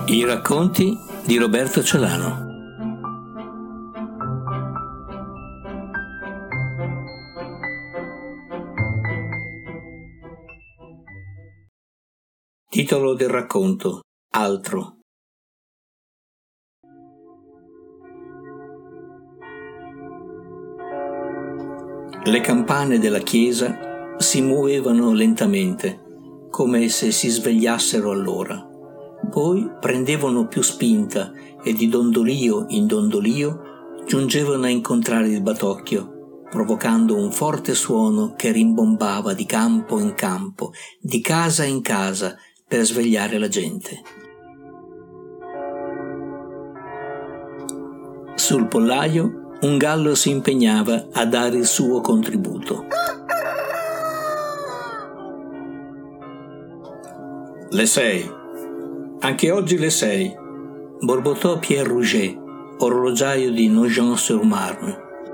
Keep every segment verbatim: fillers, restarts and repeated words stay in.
I racconti di Roberto Celano. Titolo del racconto: Altro. Le campane della chiesa si muovevano lentamente, come se si svegliassero allora. Poi prendevano più spinta e di dondolio in dondolio giungevano a incontrare il batocchio, provocando un forte suono che rimbombava di campo in campo, di casa in casa, per svegliare la gente. Sul pollaio un gallo si impegnava a dare il suo contributo. Le sei. Anche oggi le sei, borbottò Pierre Rouget, orologiaio di Nogent-sur-Marne.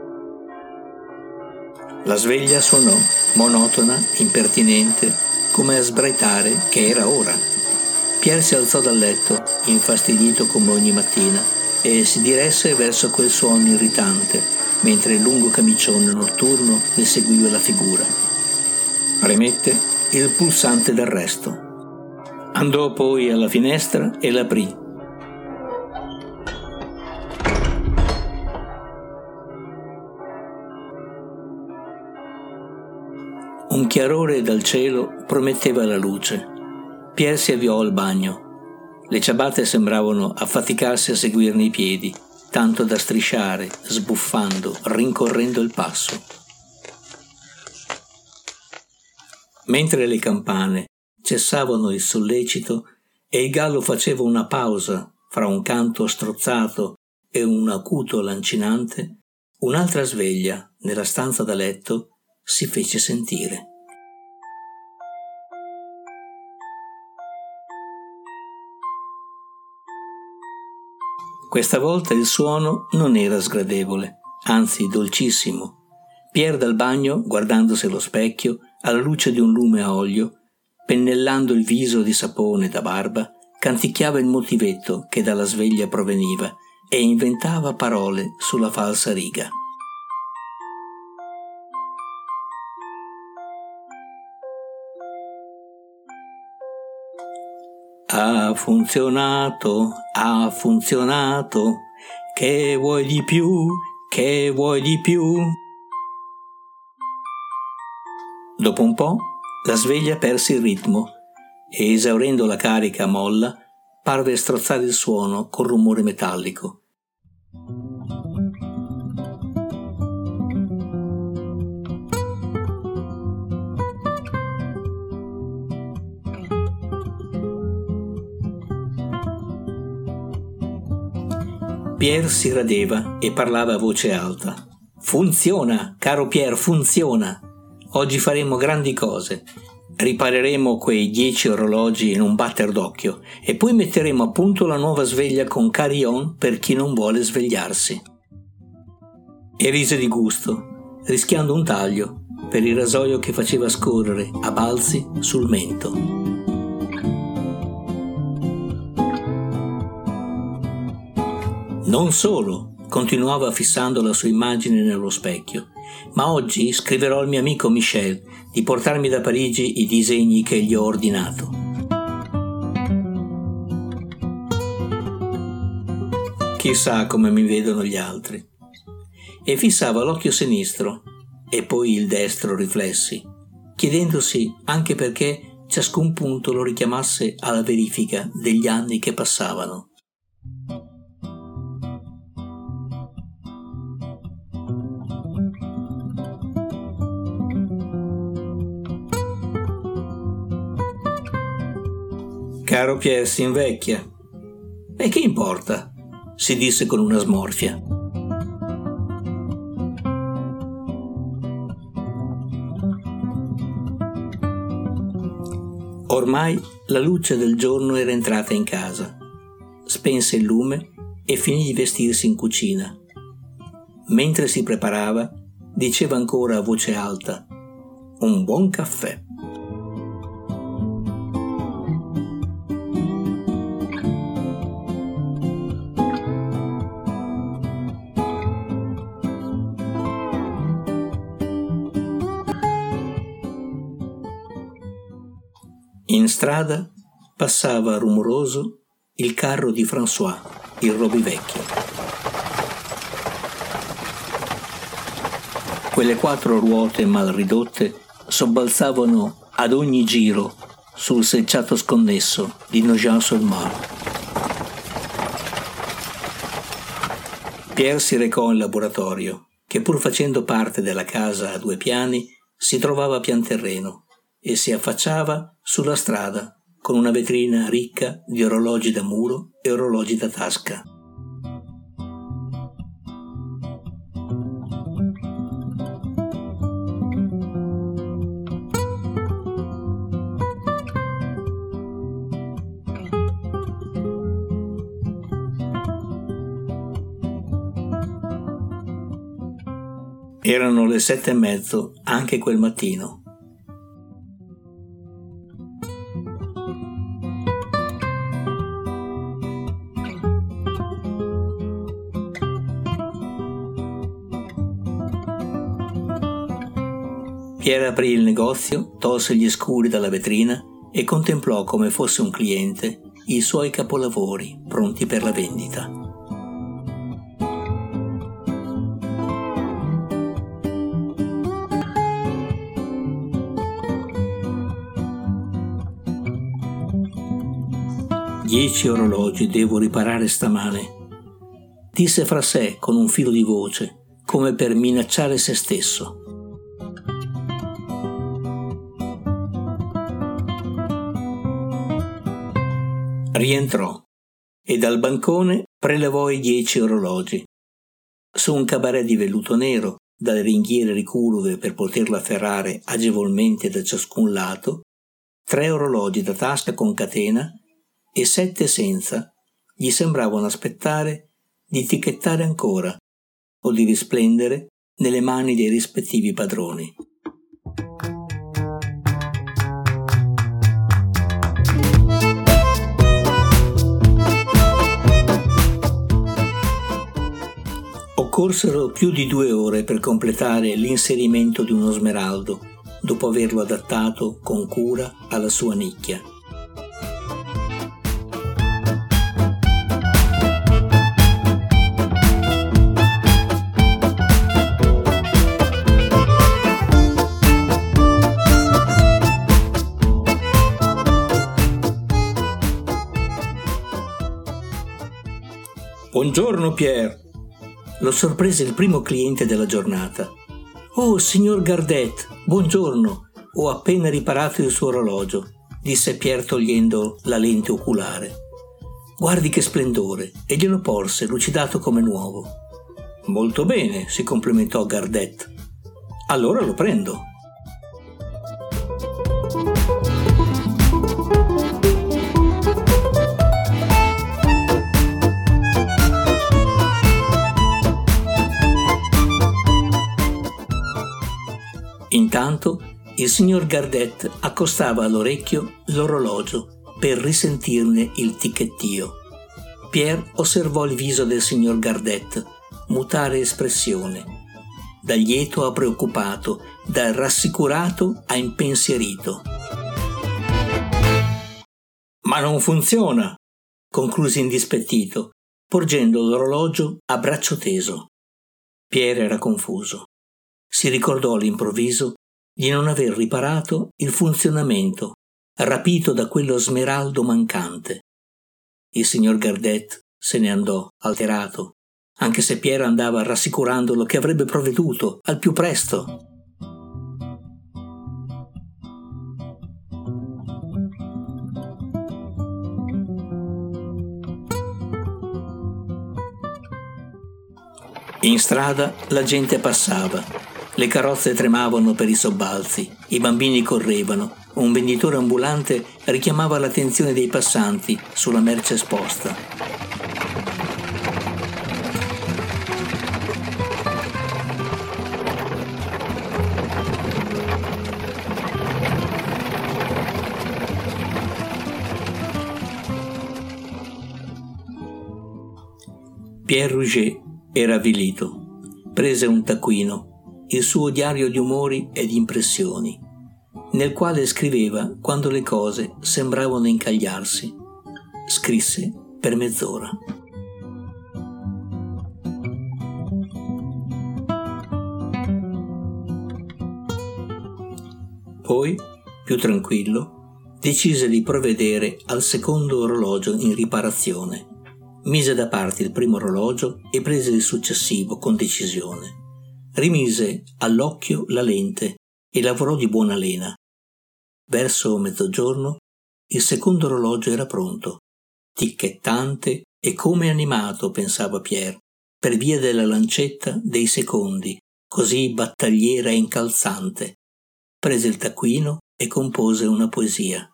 La sveglia suonò, monotona, impertinente, come a sbraitare che era ora. Pierre si alzò dal letto, infastidito come ogni mattina, e si diresse verso quel suono irritante, mentre il lungo camicione notturno ne seguiva la figura. Premette il pulsante d'arresto. Andò poi alla finestra e l'aprì. Un chiarore dal cielo prometteva la luce. Pierre si avviò al bagno. Le ciabatte sembravano affaticarsi a seguirne i piedi, tanto da strisciare, sbuffando, rincorrendo il passo. Mentre le campane cessavano il sollecito e il gallo faceva una pausa fra un canto strozzato e un acuto lancinante, un'altra sveglia nella stanza da letto si fece sentire. Questa volta il suono non era sgradevole, anzi dolcissimo. Pierre dal bagno, guardandosi allo specchio, alla luce di un lume a olio, pennellando il viso di sapone da barba, canticchiava il motivetto che dalla sveglia proveniva e inventava parole sulla falsa riga. Ha funzionato, ha funzionato, che vuoi di più, che vuoi di più? Dopo un po' la sveglia perse il ritmo e, esaurendo la carica a molla, parve strozzare il suono col rumore metallico. Pierre si radeva e parlava a voce alta. Funziona, caro Pierre, funziona! Oggi faremo grandi cose. Ripareremo quei dieci orologi in un batter d'occhio e poi metteremo a punto la nuova sveglia con carillon per chi non vuole svegliarsi. E rise di gusto, rischiando un taglio per il rasoio che faceva scorrere a balzi sul mento. Non solo, continuava fissando la sua immagine nello specchio, ma oggi scriverò al mio amico Michel di portarmi da Parigi i disegni che gli ho ordinato. Chissà come mi vedono gli altri. E fissava l'occhio sinistro e poi il destro riflessi, chiedendosi anche perché ciascun punto lo richiamasse alla verifica degli anni che passavano. Caro Pierre, si invecchia. E che importa? Si disse con una smorfia. Ormai la luce del giorno era entrata in casa. Spense il lume e finì di vestirsi in cucina. Mentre si preparava, diceva ancora a voce alta: un buon caffè. In strada passava rumoroso il carro di François, il robivecchio. Quelle quattro ruote mal ridotte sobbalzavano ad ogni giro sul selciato sconnesso di Nogent-sur-Marne. Pierre si recò in laboratorio, che pur facendo parte della casa a due piani si trovava a pian terreno e si affacciava sulla strada con una vetrina ricca di orologi da muro e orologi da tasca. Erano le sette e mezzo anche quel mattino. Pierre aprì il negozio, tolse gli scuri dalla vetrina e contemplò come fosse un cliente i suoi capolavori pronti per la vendita. Dieci orologi devo riparare stamane, disse fra sé con un filo di voce, come per minacciare se stesso. Rientrò e dal bancone prelevò i dieci orologi. Su un cabaret di velluto nero, dalle ringhiere ricurve per poterlo afferrare agevolmente da ciascun lato, tre orologi da tasca con catena e sette senza gli sembravano aspettare di ticchettare ancora o di risplendere nelle mani dei rispettivi padroni. Occorsero più di due ore per completare l'inserimento di uno smeraldo, dopo averlo adattato con cura alla sua nicchia. Buongiorno, Pierre. Lo sorprese il primo cliente della giornata. «Oh, signor Gardet, buongiorno, ho appena riparato il suo orologio», disse Pierre togliendo la lente oculare. «Guardi che splendore», e glielo porse, lucidato come nuovo. «Molto bene», si complimentò Gardet. «Allora lo prendo». Intanto il signor Gardet accostava all'orecchio l'orologio per risentirne il ticchettio. Pierre osservò il viso del signor Gardet mutare espressione, da lieto a preoccupato, da rassicurato a impensierito. «Ma non funziona», concluse indispettito, porgendo l'orologio a braccio teso. Pierre era confuso. Si ricordò all'improvviso di non aver riparato il funzionamento, rapito da quello smeraldo mancante. Il signor Gardet se ne andò, alterato, anche se Pierre andava rassicurandolo che avrebbe provveduto al più presto. In strada la gente passava. Le carrozze tremavano per i sobbalzi, i bambini correvano, un venditore ambulante richiamava l'attenzione dei passanti sulla merce esposta. Pierre Rouget era avvilito. Prese un taccuino, il suo diario di umori e di impressioni. nel quale scriveva quando le cose sembravano incagliarsi. Scrisse per mezz'ora. Poi, più tranquillo, decise di provvedere al secondo orologio in riparazione. Mise da parte il primo orologio e prese il successivo con decisione. Rimise all'occhio la lente e lavorò di buona lena. Verso mezzogiorno il secondo orologio era pronto, ticchettante e come animato, pensava Pierre, per via della lancetta dei secondi, così battagliera e incalzante. Prese il taccuino e compose una poesia.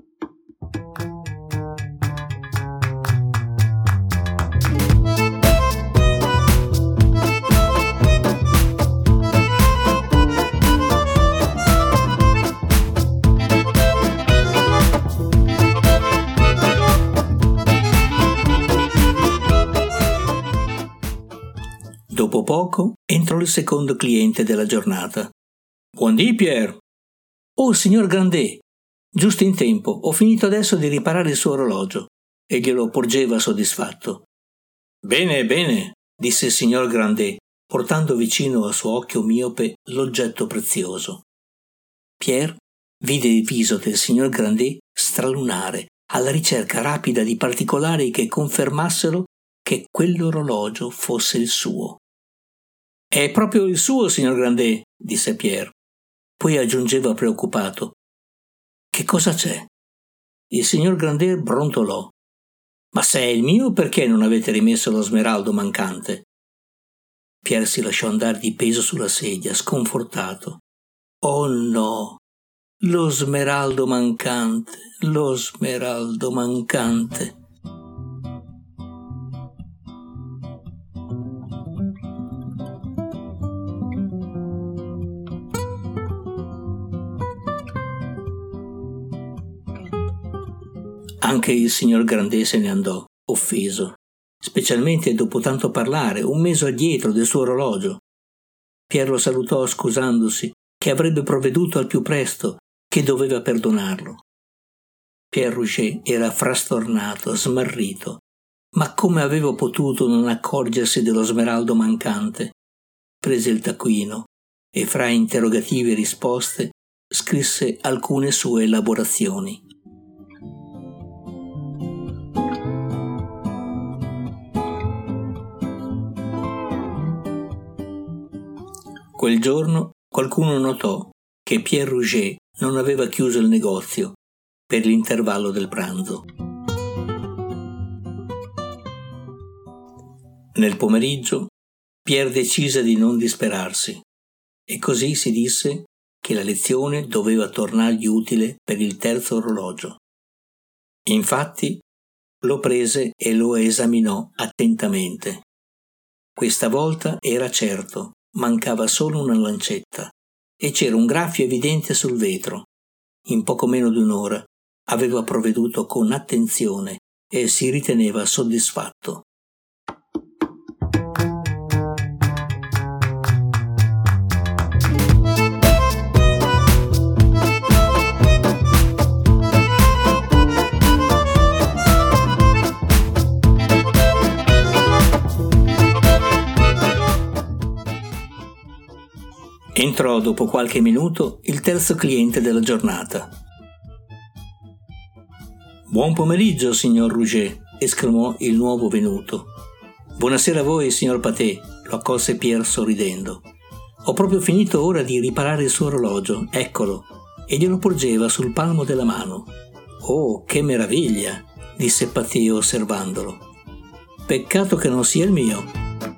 Dopo poco entrò il secondo cliente della giornata. «Buondì, Pierre!» «Oh, signor Grandet! Giusto in tempo, ho finito adesso di riparare il suo orologio», e glielo porgeva soddisfatto. «Bene, bene», disse il signor Grandet, portando vicino al suo occhio miope l'oggetto prezioso. Pierre vide il viso del signor Grandet stralunare alla ricerca rapida di particolari che confermassero che quell'orologio fosse il suo. «È proprio il suo, signor Grandet», disse Pierre. Poi aggiungeva preoccupato: «Che cosa c'è?» Il signor Grandet brontolò: «Ma se è il mio, perché non avete rimesso lo smeraldo mancante?» Pierre si lasciò andare di peso sulla sedia, sconfortato. «Oh no, lo smeraldo mancante, lo smeraldo mancante!» Anche il signor Grandet se ne andò, offeso, specialmente dopo tanto parlare, un mese addietro del suo orologio. Pierre lo salutò scusandosi che avrebbe provveduto al più presto, che doveva perdonarlo. Pierre Rouget era frastornato, smarrito. Ma come aveva potuto non accorgersi dello smeraldo mancante? Prese il taccuino e, fra interrogativi e risposte, scrisse alcune sue elaborazioni. Quel giorno qualcuno notò che Pierre Rouget non aveva chiuso il negozio per l'intervallo del pranzo. Nel pomeriggio Pierre decise di non disperarsi e così si disse che la lezione doveva tornargli utile per il terzo orologio. Infatti lo prese e lo esaminò attentamente. Questa volta era certo, mancava solo una lancetta e c'era un graffio evidente sul vetro. In poco meno di un'ora aveva provveduto con attenzione e si riteneva soddisfatto. Entrò dopo qualche minuto il terzo cliente della giornata. «Buon pomeriggio, signor Rouget», esclamò il nuovo venuto. «Buonasera a voi, signor Pathé», lo accolse Pierre sorridendo. «Ho proprio finito ora di riparare il suo orologio, eccolo», e glielo porgeva sul palmo della mano. «Oh, che meraviglia», disse Pathé osservandolo. «Peccato che non sia il mio».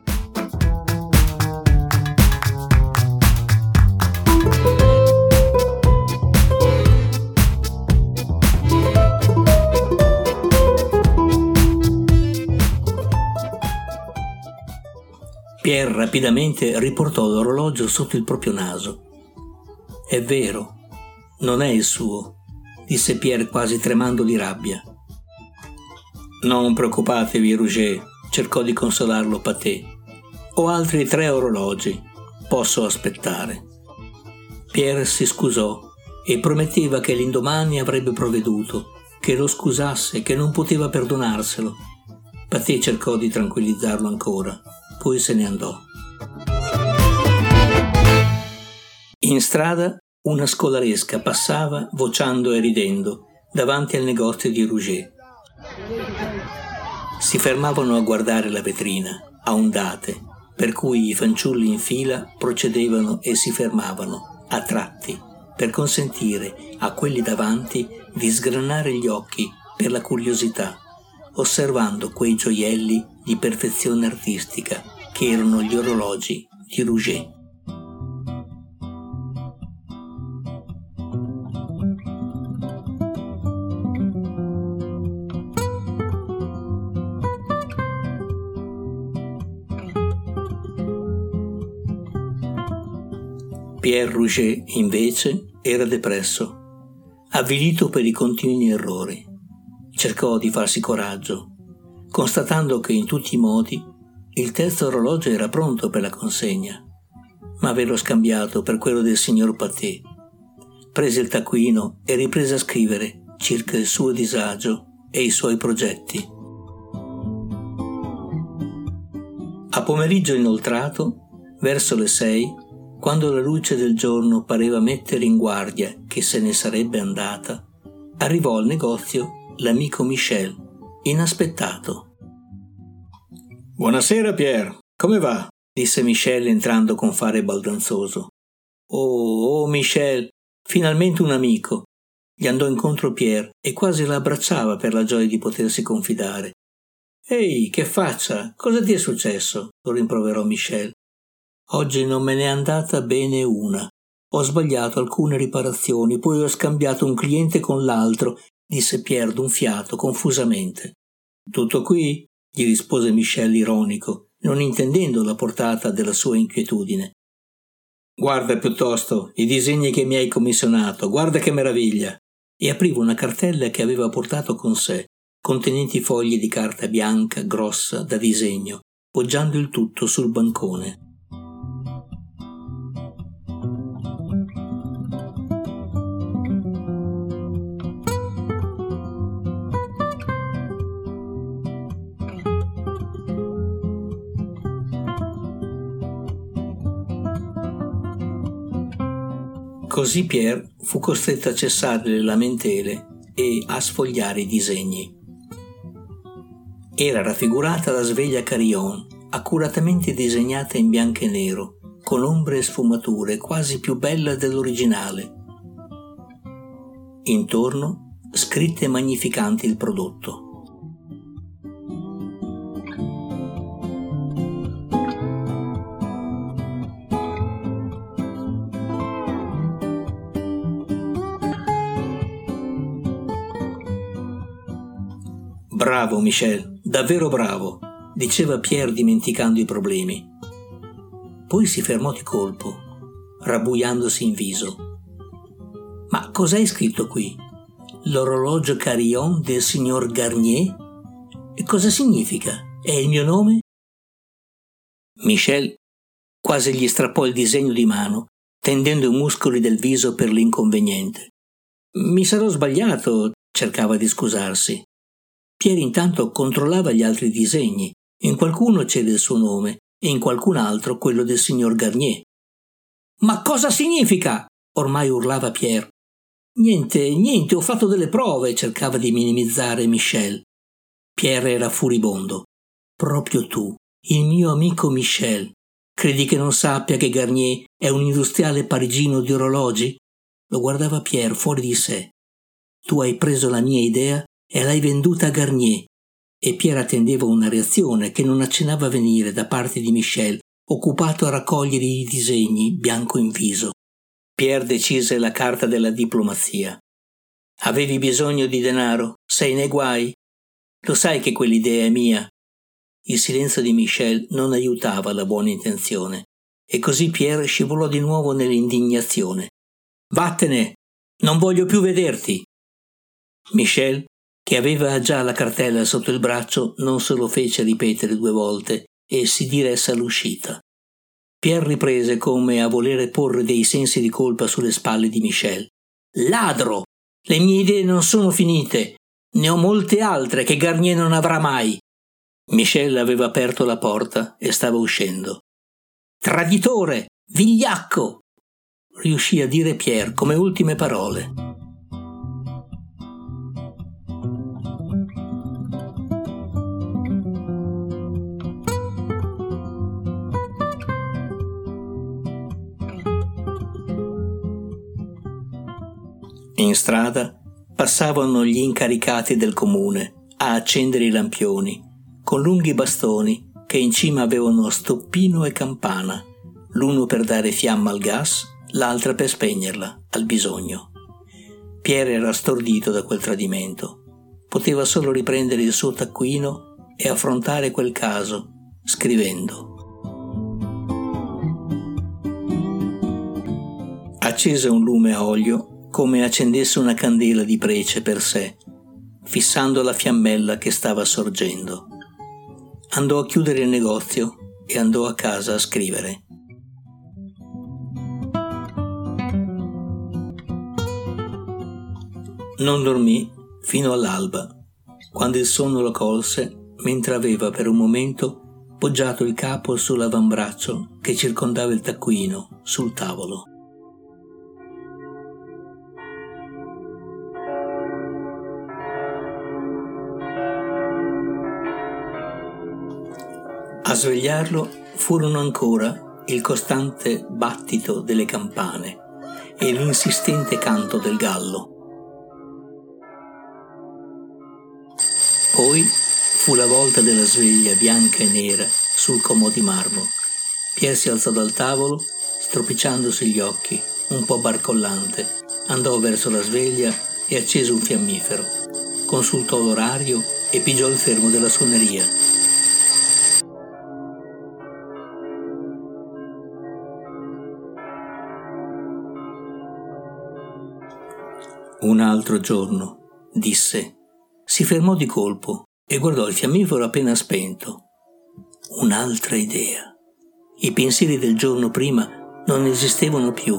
Pierre rapidamente riportò l'orologio sotto il proprio naso. «È vero, non è il suo», disse Pierre quasi tremando di rabbia. «Non preoccupatevi, Rouget», cercò di consolarlo Pathé. «Ho altri tre orologi, posso aspettare». Pierre si scusò e prometteva che l'indomani avrebbe provveduto, che lo scusasse, che non poteva perdonarselo. Pathé cercò di tranquillizzarlo ancora, poi se ne andò. In strada una scolaresca passava vociando e ridendo davanti al negozio di Rouget. Si fermavano a guardare la vetrina, a ondate, per cui i fanciulli in fila procedevano e si fermavano, a tratti, per consentire a quelli davanti di sgranare gli occhi per la curiosità, osservando quei gioielli di perfezione artistica che erano gli orologi di Rouget. Pierre Rouget, invece, era depresso, avvilito per i continui errori. Cercò di farsi coraggio, constatando che in tutti i modi il terzo orologio era pronto per la consegna, ma averlo scambiato per quello del signor Pathé. Prese il taccuino e riprese a scrivere circa il suo disagio e i suoi progetti. A pomeriggio inoltrato, verso le sei, quando la luce del giorno pareva mettere in guardia che se ne sarebbe andata, arrivò al negozio l'amico Michel, inaspettato. «Buonasera, Pierre, come va?» disse Michel entrando con fare baldanzoso. «Oh, oh, Michel, finalmente un amico!» Gli andò incontro Pierre e quasi la abbracciava per la gioia di potersi confidare. «Ehi, che faccia? Cosa ti è successo?» lo rimproverò Michel. «Oggi non me n'è andata bene una. Ho sbagliato alcune riparazioni, poi ho scambiato un cliente con l'altro», disse Pierre d'un fiato, confusamente. «Tutto qui?» gli rispose Michel ironico, non intendendo la portata della sua inquietudine. «Guarda piuttosto i disegni che mi hai commissionato, guarda che meraviglia!» E apriva una cartella che aveva portato con sé, contenenti fogli di carta bianca, grossa, da disegno, poggiando il tutto sul bancone. Così Pierre fu costretto a cessare le lamentele e a sfogliare i disegni. Era raffigurata la sveglia Carillon, accuratamente disegnata in bianco e nero, con ombre e sfumature quasi più bella dell'originale. Intorno, scritte magnificanti il prodotto. «Bravo, Michel, davvero bravo», diceva Pierre dimenticando i problemi. Poi si fermò di colpo, rabbuiandosi in viso. «Ma cos'hai scritto qui? L'orologio Carillon del signor Garnier? E cosa significa? È il mio nome?» Michel quasi gli strappò il disegno di mano, tendendo i muscoli del viso per l'inconveniente. «Mi sarò sbagliato», cercava di scusarsi. Pierre intanto controllava gli altri disegni. In qualcuno c'era il suo nome e in qualcun altro quello del signor Garnier. «Ma cosa significa?» ormai urlava Pierre. «Niente, niente, ho fatto delle prove», cercava di minimizzare Michel. Pierre era furibondo. «Proprio tu, il mio amico Michel, credi che non sappia che Garnier è un industriale parigino di orologi?» Lo guardava Pierre fuori di sé. «Tu hai preso la mia idea e l'hai venduta a Garnier», e Pierre attendeva una reazione che non accennava a venire da parte di Michel, occupato a raccogliere i disegni, bianco in viso. Pierre decise la carta della diplomazia. «Avevi bisogno di denaro? Sei nei guai? Lo sai che quell'idea è mia?» Il silenzio di Michel non aiutava la buona intenzione, e così Pierre scivolò di nuovo nell'indignazione. «Vattene! Non voglio più vederti!» Michel, che aveva già la cartella sotto il braccio, non se lo fece ripetere due volte e si diresse all'uscita. Pierre riprese come a volere porre dei sensi di colpa sulle spalle di Michel. Ladro! Le mie idee non sono finite. Ne ho molte altre che Garnier non avrà mai. Michel aveva aperto la porta e stava uscendo. Traditore! Vigliacco! Riuscì a dire Pierre come ultime parole. In strada passavano gli incaricati del comune a accendere i lampioni, con lunghi bastoni che in cima avevano stoppino e campana, l'uno per dare fiamma al gas, l'altra per spegnerla, al bisogno. Pierre era stordito da quel tradimento. Poteva solo riprendere il suo taccuino e affrontare quel caso, scrivendo. Accese un lume a olio come accendesse una candela di prece per sé, fissando la fiammella che stava sorgendo. Andò a chiudere il negozio e andò a casa a scrivere. Non dormì fino all'alba, quando il sonno lo colse mentre aveva per un momento poggiato il capo sull'avambraccio che circondava il taccuino sul tavolo. A svegliarlo furono ancora il costante battito delle campane e l'insistente canto del gallo. Poi fu la volta della sveglia bianca e nera sul comò di marmo. Pierre si alzò dal tavolo, stropicciandosi gli occhi, un po' barcollante. Andò verso la sveglia e accese un fiammifero. Consultò l'orario e pigiò il fermo della suoneria. Un altro giorno, disse. Si fermò di colpo e guardò il fiammifero appena spento. Un'altra idea. I pensieri del giorno prima non esistevano più.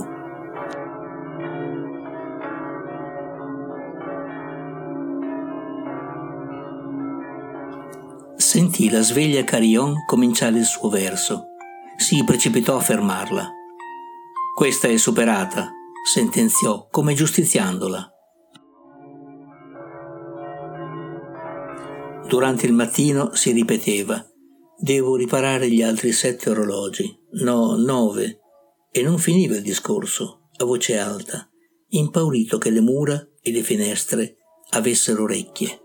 Sentì la sveglia Carillon cominciare il suo verso. Si precipitò a fermarla. Questa è superata, sentenziò come giustiziandola. Durante il mattino si ripeteva: devo riparare gli altri sette orologi, no, nove, e non finiva il discorso, a voce alta, impaurito che le mura e le finestre avessero orecchie.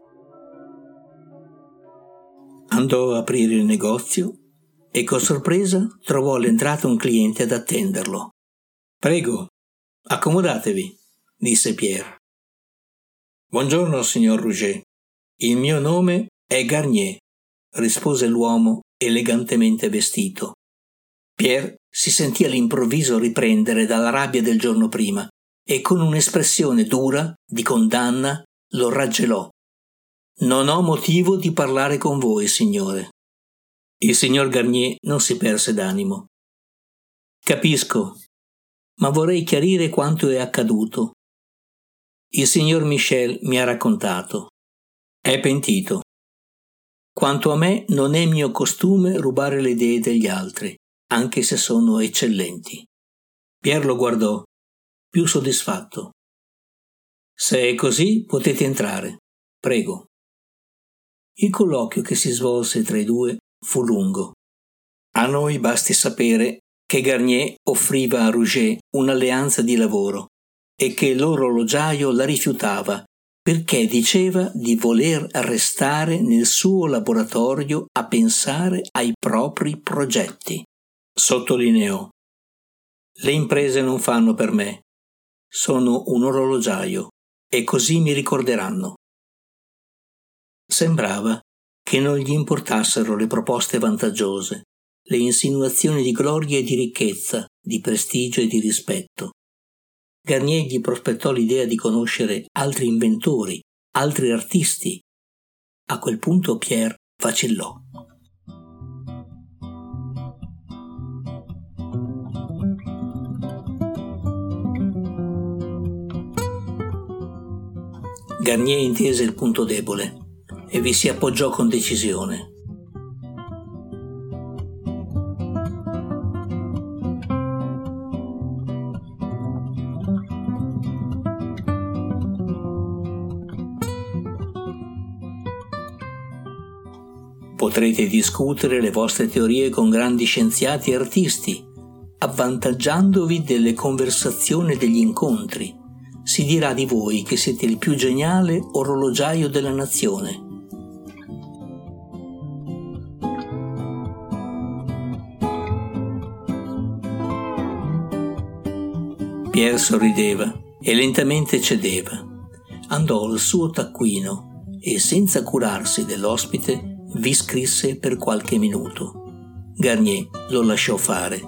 Andò a aprire il negozio e con sorpresa trovò all'entrata un cliente ad attenderlo. «Prego, accomodatevi», disse Pierre. «Buongiorno, signor Rouget. Il mio nome è Garnier», rispose l'uomo elegantemente vestito. Pierre si sentì all'improvviso riprendere dalla rabbia del giorno prima e con un'espressione dura, di condanna, lo raggelò. «Non ho motivo di parlare con voi, signore». Il signor Garnier non si perse d'animo. «Capisco, ma vorrei chiarire quanto è accaduto. Il signor Michel mi ha raccontato. È pentito. Quanto a me, non è mio costume rubare le idee degli altri, anche se sono eccellenti». Pierre lo guardò, più soddisfatto. «Se è così, potete entrare. Prego». Il colloquio che si svolse tra i due fu lungo. A noi basti sapere che Garnier offriva a Rouget un'alleanza di lavoro e che l'orologiaio la rifiutava perché diceva di voler restare nel suo laboratorio a pensare ai propri progetti. Sottolineò: «Le imprese non fanno per me. Sono un orologiaio e così mi ricorderanno». Sembrava che non gli importassero le proposte vantaggiose, le insinuazioni di gloria e di ricchezza, di prestigio e di rispetto. Garnier gli prospettò l'idea di conoscere altri inventori, altri artisti. A quel punto Pierre vacillò. Garnier intese il punto debole e vi si appoggiò con decisione. Potrete discutere le vostre teorie con grandi scienziati e artisti, avvantaggiandovi delle conversazioni e degli incontri. Si dirà di voi che siete il più geniale orologiaio della nazione. Pierre sorrideva e lentamente cedeva. Andò al suo taccuino e, senza curarsi dell'ospite, vi scrisse per qualche minuto. Garnier lo lasciò fare.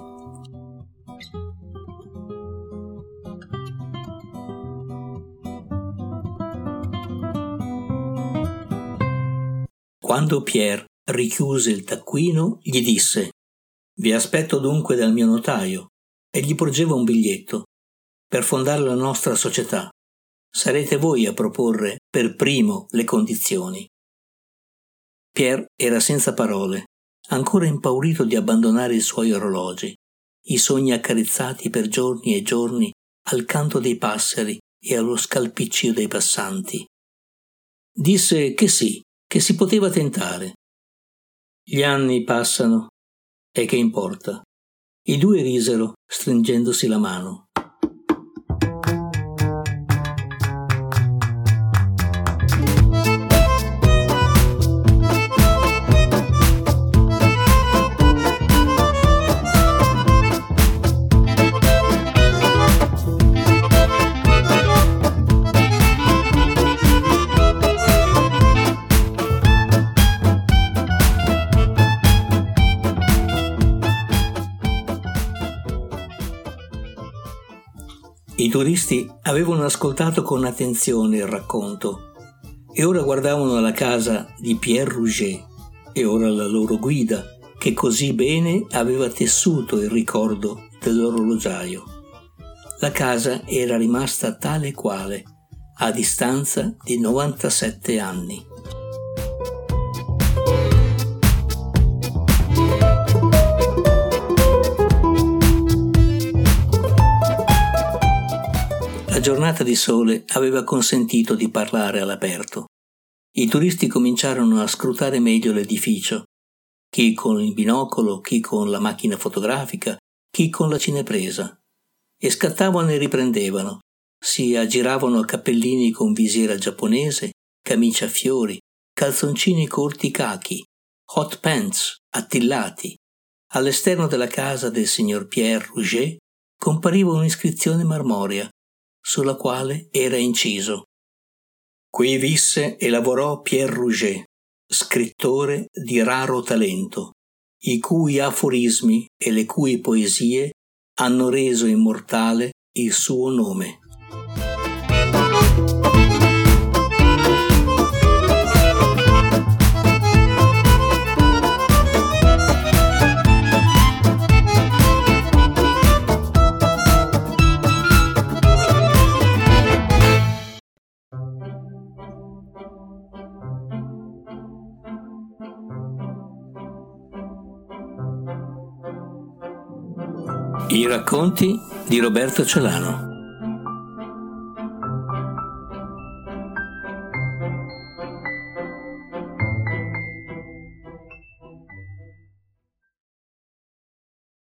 Quando Pierre richiuse il taccuino, gli disse: «Vi aspetto dunque dal mio notaio», e gli porgeva un biglietto. «Per fondare la nostra società. Sarete voi a proporre per primo le condizioni». Pierre era senza parole, ancora impaurito di abbandonare i suoi orologi, i sogni accarezzati per giorni e giorni al canto dei passeri e allo scalpiccio dei passanti. Disse che sì, che si poteva tentare. Gli anni passano, e che importa? I due risero, stringendosi la mano. I turisti avevano ascoltato con attenzione il racconto e ora guardavano la casa di Pierre Rouget e ora la loro guida, che così bene aveva tessuto il ricordo dell'orologiaio. La casa era rimasta tale quale, a distanza di novantasette anni. La giornata di sole aveva consentito di parlare all'aperto. I turisti cominciarono a scrutare meglio l'edificio, chi con il binocolo, chi con la macchina fotografica, chi con la cinepresa, e scattavano e riprendevano, si aggiravano a cappellini con visiera giapponese, camicia a fiori, calzoncini corti cachi, hot pants attillati. All'esterno della casa del signor Pierre Rouget compariva un'iscrizione marmorea, sulla quale era inciso: «Qui visse e lavorò Pierre Rouget, scrittore di raro talento, i cui aforismi e le cui poesie hanno reso immortale il suo nome». I racconti di Roberto Celano.